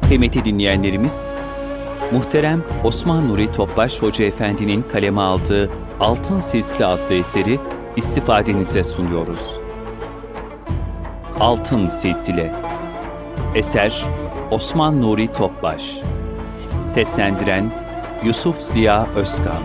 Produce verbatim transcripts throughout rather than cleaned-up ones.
Kıymetli dinleyenlerimiz, muhterem Osman Nuri Topbaş Hoca Efendi'nin kaleme aldığı Altın Silsile adlı eseri istifadenize sunuyoruz. Altın Silsile. Eser Osman Nuri Topbaş. Seslendiren Yusuf Ziya Özkan.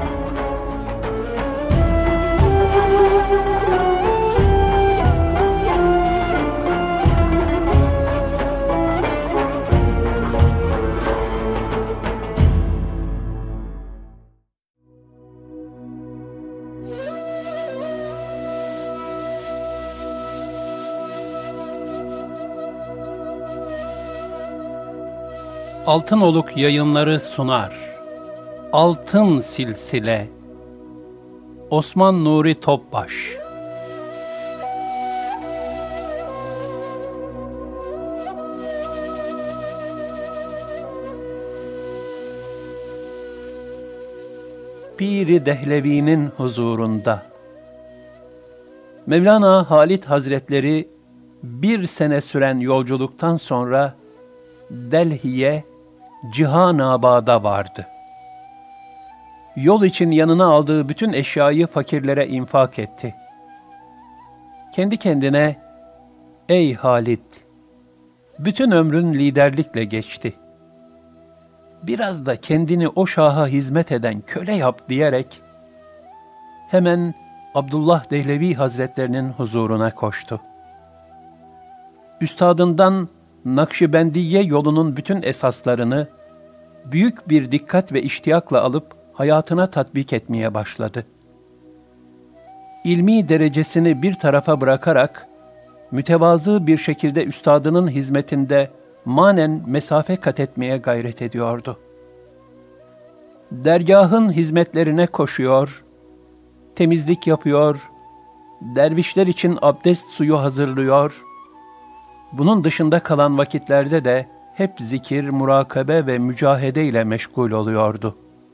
Altınoluk Yayınları sunar. Altın Silsile. Osman Nuri Topbaş. Pir-i Dehlevi'nin huzurunda. Mevlana Halid Hazretleri bir sene süren yolculuktan sonra Delhi'ye Cihanabad'a vardı. Yol için yanına aldığı bütün eşyayı fakirlere infak etti. Kendi kendine, "Ey Halid, bütün ömrün liderlikle geçti. Biraz da kendini o şaha hizmet eden köle yap" diyerek hemen Abdullah Dehlevi Hazretlerinin huzuruna koştu. Üstadından Nakşibendiye yolunun bütün esaslarını büyük bir dikkat ve iştiyakla alıp hayatına tatbik etmeye başladı. İlmi derecesini bir tarafa bırakarak mütevazı bir şekilde üstadının hizmetinde manen mesafe kat etmeye gayret ediyordu. Dergahın hizmetlerine koşuyor, temizlik yapıyor, dervişler için abdest suyu hazırlıyor. Bunun dışında kalan vakitlerde de hep zikir, murakabe ve mücahede ile meşgul oluyordu.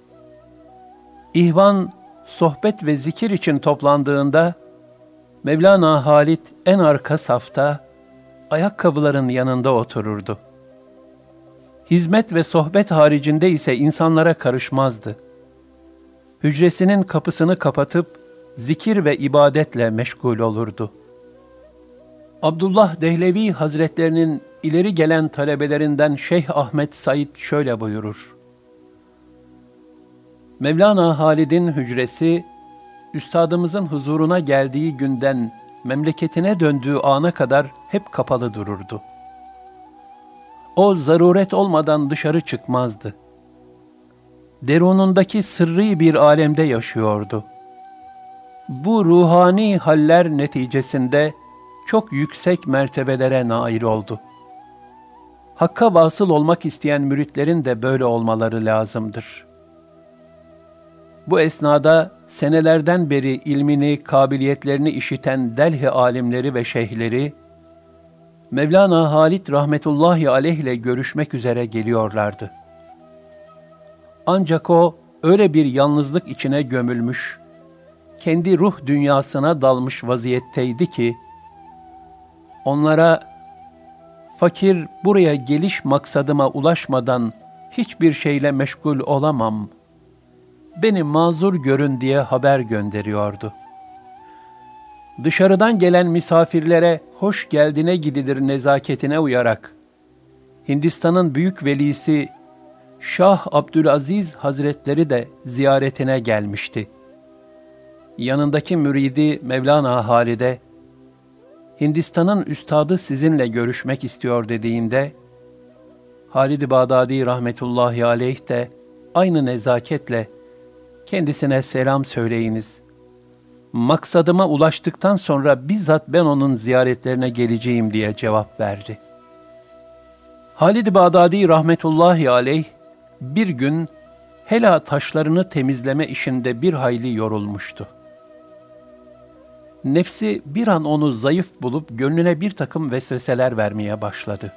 İhvan, sohbet ve zikir için toplandığında, Mevlana Halid en arka safta, ayakkabıların yanında otururdu. Hizmet ve sohbet haricinde ise insanlara karışmazdı. Hücresinin kapısını kapatıp, zikir ve ibadetle meşgul olurdu. Abdullah Dehlevi Hazretlerinin ileri gelen talebelerinden Şeyh Ahmet Said şöyle buyurur: Mevlana Halid'in hücresi, üstadımızın huzuruna geldiği günden memleketine döndüğü ana kadar hep kapalı dururdu. O zaruret olmadan dışarı çıkmazdı. Derunundaki sırrı bir alemde yaşıyordu. Bu ruhani haller neticesinde çok yüksek mertebelere nail oldu. Hakka vasıl olmak isteyen müritlerin de böyle olmaları lazımdır. Bu esnada senelerden beri ilmini, kabiliyetlerini işiten Delhi alimleri ve şeyhleri, Mevlana Halid rahmetullahi aleyh ile görüşmek üzere geliyorlardı. Ancak o öyle bir yalnızlık içine gömülmüş, kendi ruh dünyasına dalmış vaziyetteydi ki, onlara, "Fakir buraya geliş maksadıma ulaşmadan hiçbir şeyle meşgul olamam. Beni mazur görün" diye haber gönderiyordu. Dışarıdan gelen misafirlere hoş geldine gidilir nezaketine uyarak, Hindistan'ın büyük velisi Şah Abdülaziz Hazretleri de ziyaretine gelmişti. Yanındaki müridi Mevlana Halid'e, "Hindistan'ın üstadı sizinle görüşmek istiyor" dediğinde, Halid-i Bağdadi rahmetullahi aleyh de aynı nezaketle, "Kendisine selam söyleyiniz. Maksadıma ulaştıktan sonra bizzat ben onun ziyaretlerine geleceğim" diye cevap verdi. Halid-i Bağdadi rahmetullahi aleyh bir gün Hela taşlarını temizleme işinde bir hayli yorulmuştu. Nefsi bir an onu zayıf bulup gönlüne bir takım vesveseler vermeye başladı.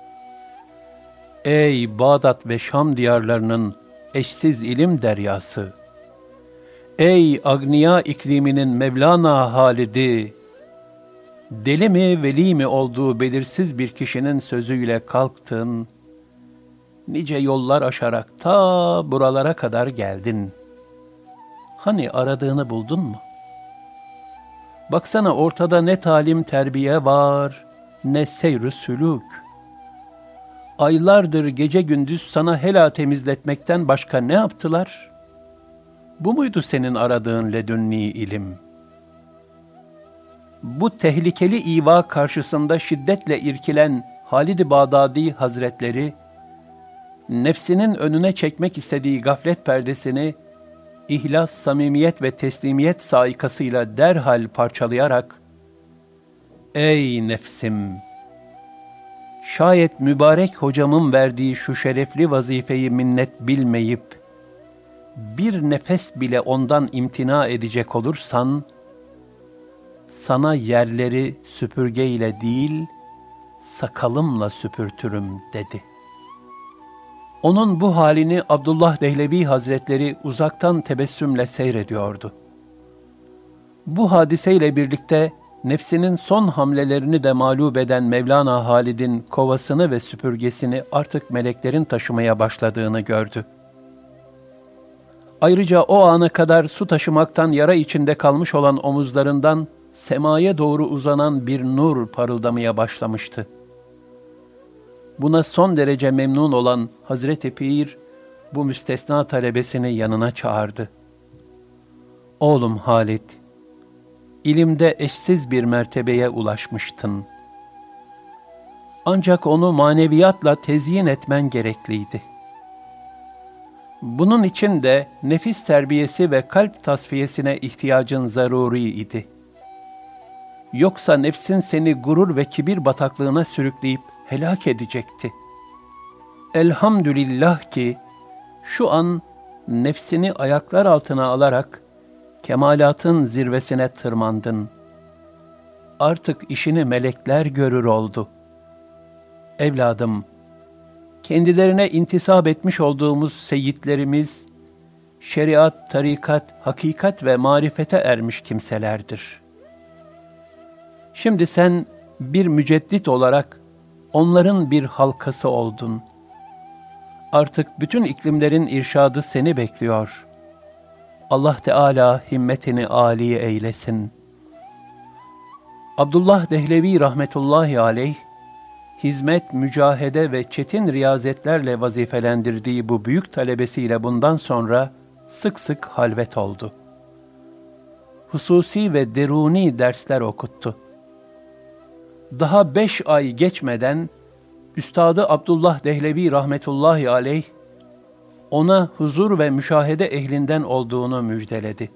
"Ey Bağdat ve Şam diyarlarının eşsiz ilim deryası! Ey agniya ikliminin Mevlana Halid'i! Deli mi, veli mi olduğu belirsiz bir kişinin sözüyle kalktın, nice yollar aşarak ta buralara kadar geldin. Hani aradığını buldun mu? Baksana ortada ne talim terbiye var, ne seyr-i sülûk. Aylardır gece gündüz sana helal temizletmekten başka ne yaptılar? Bu muydu senin aradığın ledünni ilim? Bu tehlikeli iva karşısında şiddetle irkilen Halid-i Bağdadi Hazretleri, nefsinin önüne çekmek istediği gaflet perdesini, ihlas, samimiyet ve teslimiyet saikasıyla derhal parçalayarak, "Ey nefsim! Şayet mübarek hocamın verdiği şu şerefli vazifeyi minnet bilmeyip, bir nefes bile ondan imtina edecek olursan, sana yerleri süpürgeyle değil, sakalımla süpürtürüm" dedi. Onun bu halini Abdullah Dehlevi Hazretleri uzaktan tebessümle seyrediyordu. Bu hadiseyle birlikte nefsinin son hamlelerini de mağlup eden Mevlana Halid'in kovasını ve süpürgesini artık meleklerin taşımaya başladığını gördü. Ayrıca o ana kadar su taşımaktan yara içinde kalmış olan omuzlarından semaya doğru uzanan bir nur parıldamaya başlamıştı. Buna son derece memnun olan Hazreti Pir, bu müstesna talebesini yanına çağırdı. "Oğlum Halid, ilimde eşsiz bir mertebeye ulaşmıştın. Ancak onu maneviyatla tezyin etmen gerekliydi. Bunun için de nefis terbiyesi ve kalp tasfiyesine ihtiyacın zaruri idi. Yoksa nefsin seni gurur ve kibir bataklığına sürükleyip helak edecekti. Elhamdülillah ki şu an nefsini ayaklar altına alarak kemalatın zirvesine tırmandın. Artık işini melekler görür oldu. Evladım, kendilerine intisap etmiş olduğumuz seyyidlerimiz, şeriat, tarikat, hakikat ve marifete ermiş kimselerdir. Şimdi sen bir müceddit olarak onların bir halkası oldun. Artık bütün iklimlerin irşadı seni bekliyor. Allah Teala himmetini âli eylesin." Abdullah Dehlevi rahmetullahi aleyh, hizmet, mücahede ve çetin riyazetlerle vazifelendirdiği bu büyük talebesiyle bundan sonra sık sık halvet oldu. Hususi ve deruni dersler okuttu. Daha beş ay geçmeden Üstadı Abdullah Dehlevi rahmetullahi aleyh ona huzur ve müşahede ehlinden olduğunu müjdeledi.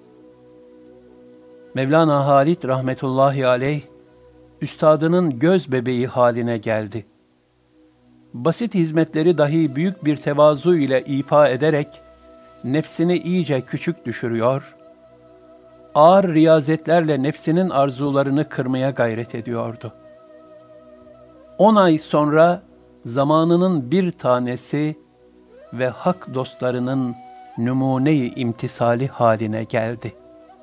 Mevlana Halid rahmetullahi aleyh üstadının göz bebeği haline geldi. Basit hizmetleri dahi büyük bir tevazu ile ifa ederek nefsini iyice küçük düşürüyor, ağır riyazetlerle nefsinin arzularını kırmaya gayret ediyordu. On ay sonra zamanının bir tanesi ve hak dostlarının numune-i imtisali haline geldi.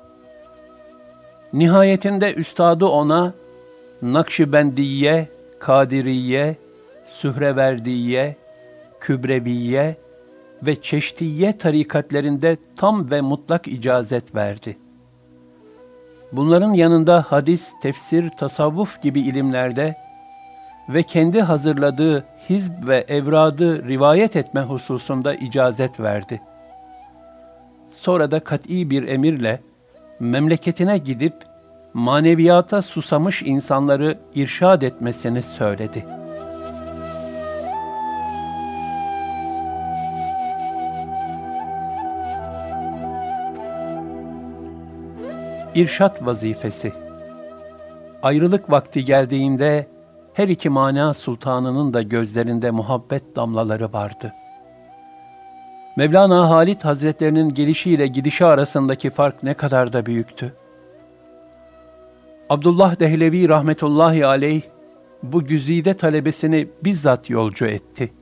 Nihayetinde üstadı ona Nakşibendiye, Kadiriye, Sühreverdiye, Kübreviye ve Çeştiye tarikatlerinde tam ve mutlak icazet verdi. Bunların yanında hadis, tefsir, tasavvuf gibi ilimlerde ve kendi hazırladığı hizb ve evradı rivayet etme hususunda icazet verdi. Sonra da kat'i bir emirle memleketine gidip maneviyata susamış insanları irşad etmesini söyledi. İrşad vazifesi. Ayrılık vakti geldiğinde her iki mana sultanının da gözlerinde muhabbet damlaları vardı. Mevlana Halid Hazretlerinin gelişiyle gidişi arasındaki fark ne kadar da büyüktü. Abdullah Dehlevi rahmetullahi aleyh bu güzide talebesini bizzat yolcu etti.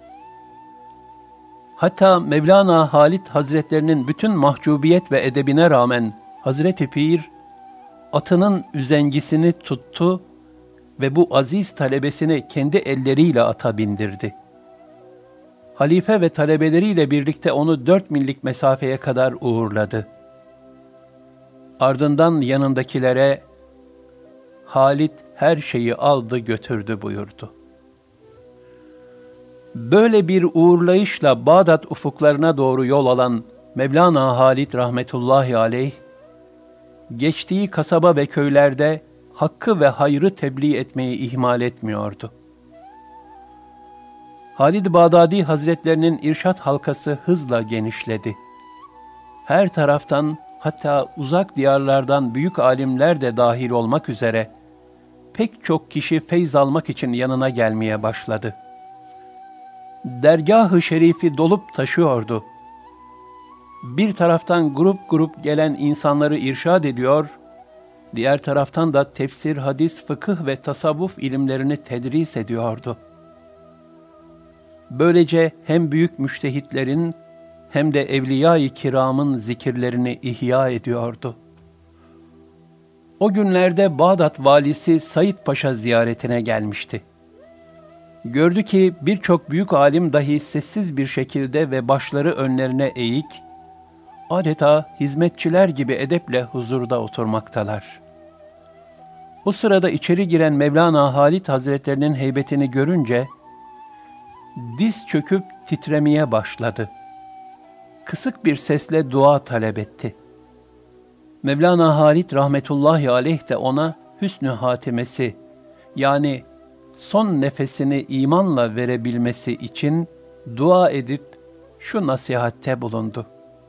Hatta Mevlana Halid Hazretlerinin bütün mahcubiyet ve edebine rağmen Hazreti Pir atının üzengisini tuttu ve bu aziz talebesini kendi elleriyle ata bindirdi. halife ve talebeleriyle birlikte onu dört millik mesafeye kadar uğurladı. Ardından yanındakilere, Halit her şeyi aldı götürdü buyurdu. Böyle bir uğurlayışla Bağdat ufuklarına doğru yol alan Mevlana Halit rahmetullahi aleyh, geçtiği kasaba ve köylerde hakkı ve hayrı tebliğ etmeyi ihmal etmiyordu. Halid Bağdadi Hazretlerinin irşat halkası hızla genişledi. Her taraftan, hatta uzak diyarlardan büyük alimler de dahil olmak üzere pek çok kişi feyz almak için yanına gelmeye başladı. Dergâh-ı şerifi dolup taşıyordu. Bir taraftan grup grup gelen insanları irşad ediyor, diğer taraftan da tefsir, hadis, fıkıh ve tasavvuf ilimlerini tedris ediyordu. Böylece hem büyük müştehitlerin hem de evliya-i kiramın zikirlerini ihya ediyordu. O günlerde Bağdat valisi Said Paşa ziyaretine gelmişti. Gördü ki birçok büyük alim dahi sessiz bir şekilde ve başları önlerine eğik, adeta hizmetçiler gibi edeple huzurda oturmaktalar. O sırada içeri giren Mevlana Halit Hazretlerinin heybetini görünce, diz çöküp titremeye başladı. Kısık bir sesle dua talep etti. Mevlana Halit rahmetullahi aleyh de ona hüsnü hatimesi, yani son nefesini imanla verebilmesi için dua edip şu nasihatte bulundu.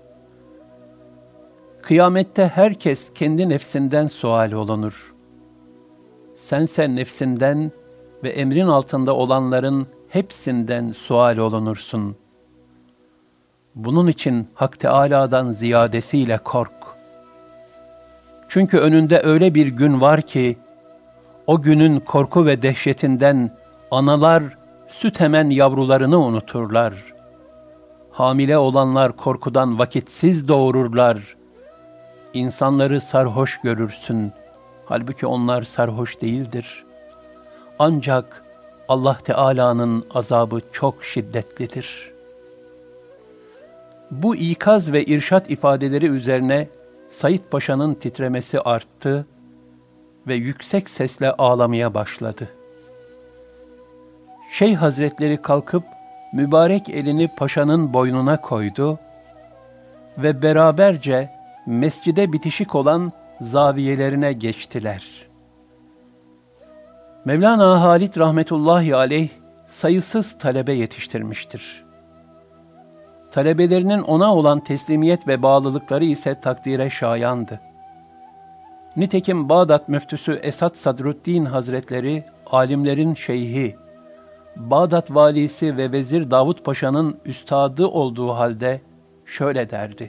Kıyamette herkes kendi nefsinden sual olunur. Sense nefsinden ve emrin altında olanların hepsinden sual olunursun. Bunun için Hak Teâlâ'dan ziyadesiyle kork. Çünkü önünde öyle bir gün var ki, o günün korku ve dehşetinden analar süt emen yavrularını unuturlar. Hamile olanlar korkudan vakitsiz doğururlar. İnsanları sarhoş görürsün. Halbuki onlar sarhoş değildir. Ancak Allah Teâlâ'nın azabı çok şiddetlidir. Bu ikaz ve irşat ifadeleri üzerine Said Paşa'nın titremesi arttı ve yüksek sesle ağlamaya başladı. Şeyh Hazretleri kalkıp mübarek elini paşanın boynuna koydu ve beraberce mescide bitişik olan zaviyelerine geçtiler. Mevlana Halit rahmetullahi aleyh sayısız talebe yetiştirmiştir. Talebelerinin ona olan teslimiyet ve bağlılıkları ise takdire şayandı. Nitekim Bağdat müftüsü Esad Sadruddin Hazretleri, alimlerin şeyhi, Bağdat valisi ve vezir Davut Paşa'nın üstadı olduğu halde şöyle derdi: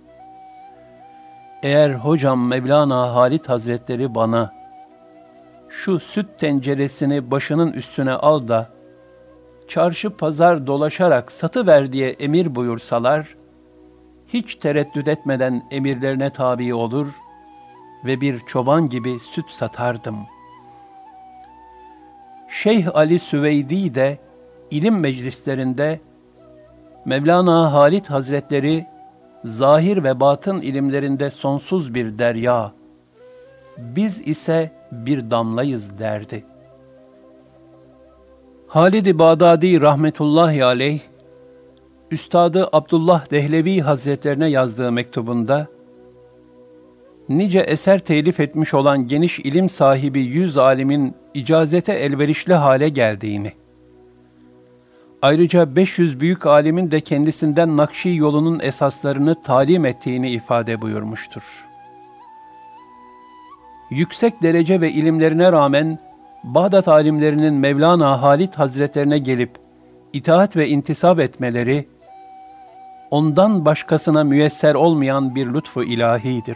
eğer hocam Mevlana Halit Hazretleri bana şu süt tenceresini başının üstüne al da çarşı pazar dolaşarak satıver diye emir buyursalar, hiç tereddüt etmeden emirlerine tabi olur ve bir çoban gibi süt satardım. Şeyh Ali Süveydi de ilim meclislerinde Mevlana Halit Hazretleri zahir ve batın ilimlerinde sonsuz bir derya, biz ise bir damlayız derdi. Halid-i Bağdadi rahmetullahi aleyh, Üstadı Abdullah Dehlevi Hazretlerine yazdığı mektubunda, nice eser telif etmiş olan geniş ilim sahibi yüz alimin icazete elverişli hale geldiğini, ayrıca beş yüz büyük alimin de kendisinden Nakşi yolunun esaslarını talim ettiğini ifade buyurmuştur. Yüksek derece ve ilimlerine rağmen Bağdat alimlerinin Mevlana Halit Hazretlerine gelip itaat ve intisap etmeleri, ondan başkasına müyesser olmayan bir lütfu ilahidir.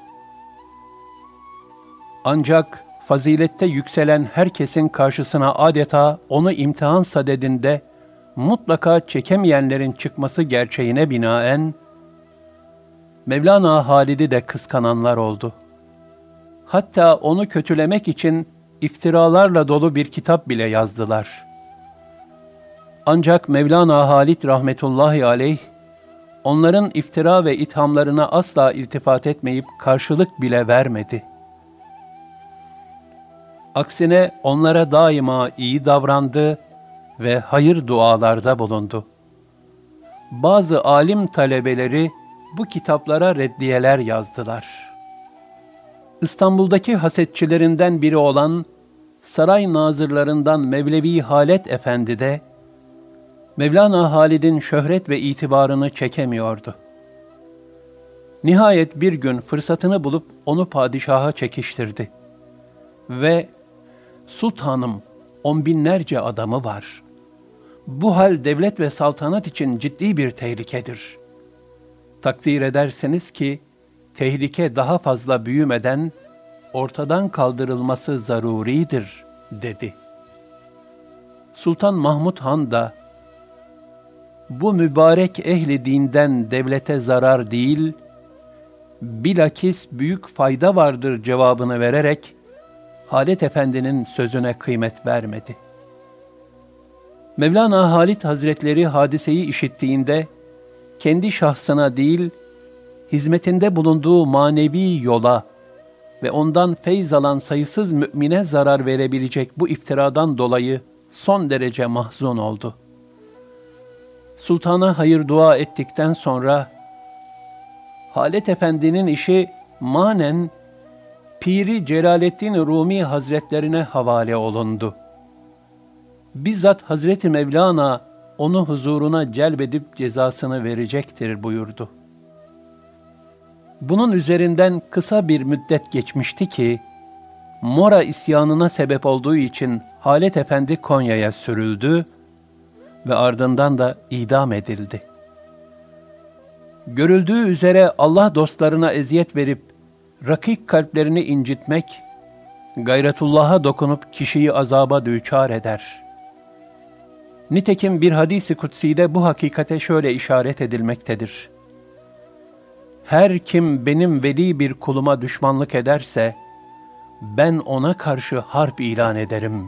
Ancak fazilette yükselen herkesin karşısına adeta onu imtihan sadedinde mutlaka çekemeyenlerin çıkması gerçeğine binaen, Mevlana Halid'i de kıskananlar oldu. Hatta onu kötülemek için iftiralarla dolu bir kitap bile yazdılar. Ancak Mevlana Halid rahmetullahi aleyh, onların iftira ve ithamlarına asla iltifat etmeyip karşılık bile vermedi. Aksine onlara daima iyi davrandı ve hayır dualarda bulundu. Bazı alim talebeleri bu kitaplara reddiyeler yazdılar. İstanbul'daki hasetçilerinden biri olan saray nazırlarından Mevlevi Halet Efendi de Mevlana Halid'in şöhret ve itibarını çekemiyordu. Nihayet bir gün fırsatını bulup onu padişaha çekiştirdi. Ve "Sultanım, on binlerce adamı var. Bu hal devlet ve saltanat için ciddi bir tehlikedir. Takdir ederseniz ki tehlike daha fazla büyümeden ortadan kaldırılması zaruridir," dedi. Sultan Mahmud Han da "Bu mübarek ehli dinden devlete zarar değil, bilakis büyük fayda vardır" cevabını vererek Halet Efendi'nin sözüne kıymet vermedi. Mevlana Halid Hazretleri hadiseyi işittiğinde kendi şahsına değil, hizmetinde bulunduğu manevi yola ve ondan feyz alan sayısız mümine zarar verebilecek bu iftiradan dolayı son derece mahzun oldu. Sultana hayır dua ettikten sonra Halet Efendi'nin işi manen Piri Celaleddin Rumi Hazretlerine havale olundu. Bizzat Hazreti Mevlana onu huzuruna celbedip cezasını verecektir buyurdu. Bunun üzerinden kısa bir müddet geçmişti ki, Mora isyanına sebep olduğu için Halet Efendi Konya'ya sürüldü ve ardından da idam edildi. Görüldüğü üzere Allah dostlarına eziyet verip rakik kalplerini incitmek, gayretullah'a dokunup kişiyi azaba düçar eder. Nitekim bir hadis-i kutsi'de bu hakikate şöyle işaret edilmektedir: "Her kim benim veli bir kuluma düşmanlık ederse, ben ona karşı harp ilan ederim."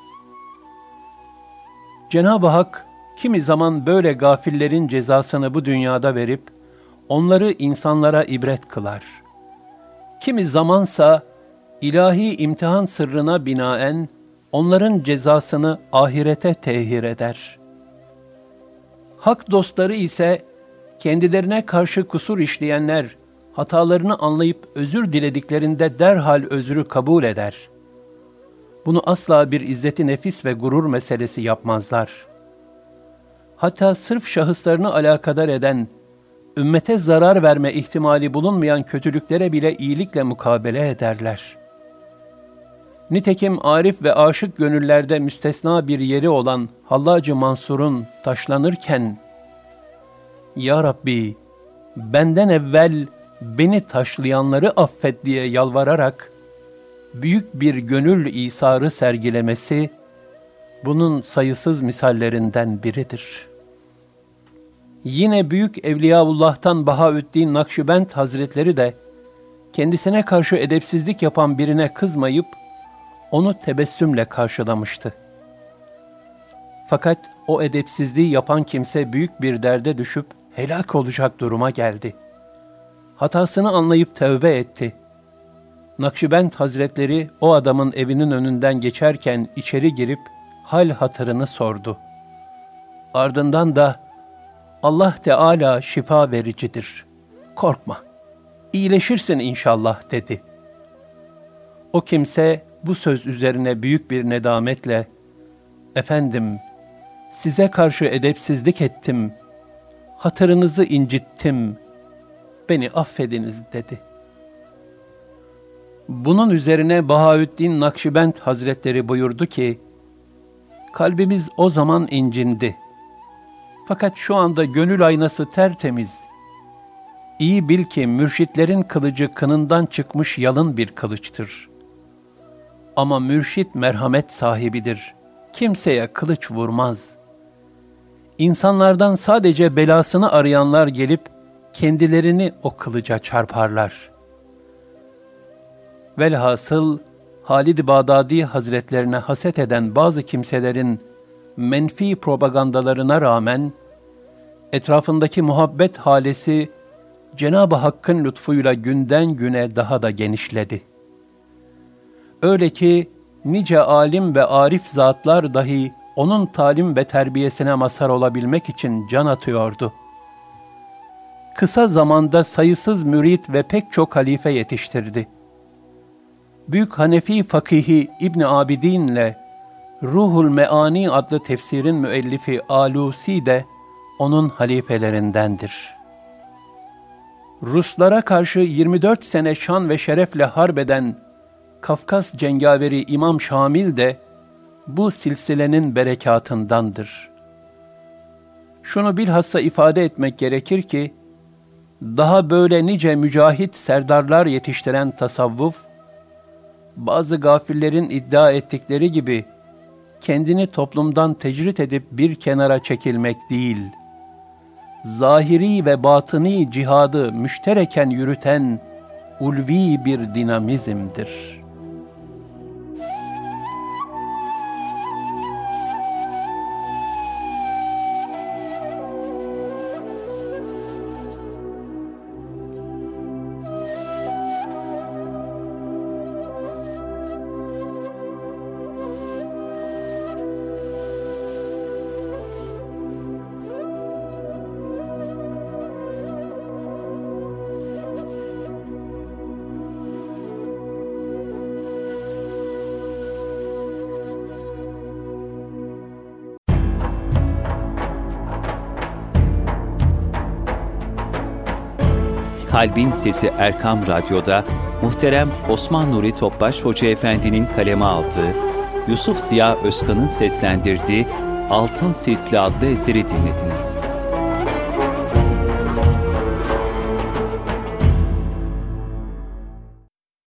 Cenab-ı Hak, kimi zaman böyle gafillerin cezasını bu dünyada verip, onları insanlara ibret kılar. Kimi zamansa, ilahi imtihan sırrına binaen, onların cezasını ahirete tehir eder. Hak dostları ise, kendilerine karşı kusur işleyenler, hatalarını anlayıp özür dilediklerinde derhal özrü kabul eder. Bunu asla bir izzeti nefis ve gurur meselesi yapmazlar. Hatta sırf şahıslarını alakadar eden, ümmete zarar verme ihtimali bulunmayan kötülüklere bile iyilikle mukabele ederler. Nitekim arif ve aşık gönüllerde müstesna bir yeri olan Hallacı Mansur'un taşlanırken, "Ya Rabbi, benden evvel beni taşlayanları affet" diye yalvararak, büyük bir gönül isarı sergilemesi, bunun sayısız misallerinden biridir. Yine büyük Evliyaullah'tan Bahaüddin Nakşibend Hazretleri de, kendisine karşı edepsizlik yapan birine kızmayıp, onu tebessümle karşılamıştı. Fakat o edepsizliği yapan kimse büyük bir derde düşüp helak olacak duruma geldi. Hatasını anlayıp tövbe etti. Nakşibend Hazretleri o adamın evinin önünden geçerken içeri girip hal hatırını sordu. Ardından da "Allah Teala şifa vericidir. Korkma, iyileşirsin inşallah" dedi. O kimse bu söz üzerine büyük bir nedametle, "Efendim, size karşı edepsizlik ettim, hatırınızı incittim, beni affediniz" dedi. Bunun üzerine Bahaüddin Nakşibend Hazretleri buyurdu ki, "Kalbimiz o zaman incindi. Fakat şu anda gönül aynası tertemiz. İyi bil ki mürşitlerin kılıcı kınından çıkmış yalın bir kılıçtır. Ama mürşit merhamet sahibidir. Kimseye kılıç vurmaz. İnsanlardan sadece belasını arayanlar gelip kendilerini o kılıca çarparlar." Velhasıl Halid-i Bağdadi Hazretlerine haset eden bazı kimselerin menfi propagandalarına rağmen etrafındaki muhabbet halesi Cenab-ı Hakk'ın lütfuyla günden güne daha da genişledi. Öyle ki nice alim ve arif zatlar dahi onun talim ve terbiyesine mazhar olabilmek için can atıyordu. Kısa zamanda sayısız mürit ve pek çok halife yetiştirdi. Büyük Hanefi fakihi İbn Abidin'le Ruhul Meani adlı tefsirin müellifi Alusi de onun halifelerindendir. Ruslara karşı yirmi dört sene şan ve şerefle harbeden Kafkas cengaveri İmam Şamil de bu silsilenin berekatındandır. Şunu bilhassa ifade etmek gerekir ki, daha böyle nice mücahit serdarlar yetiştiren tasavvuf, bazı gafillerin iddia ettikleri gibi kendini toplumdan tecrit edip bir kenara çekilmek değil, zahiri ve batıni cihadı müştereken yürüten ulvi bir dinamizmdir. Kalbin Sesi Erkam Radyo'da muhterem Osman Nuri Topbaş Hoca Efendi'nin kaleme aldığı, Yusuf Ziya Özkan'ın seslendirdiği Altın Silsile adlı eseri dinlediniz.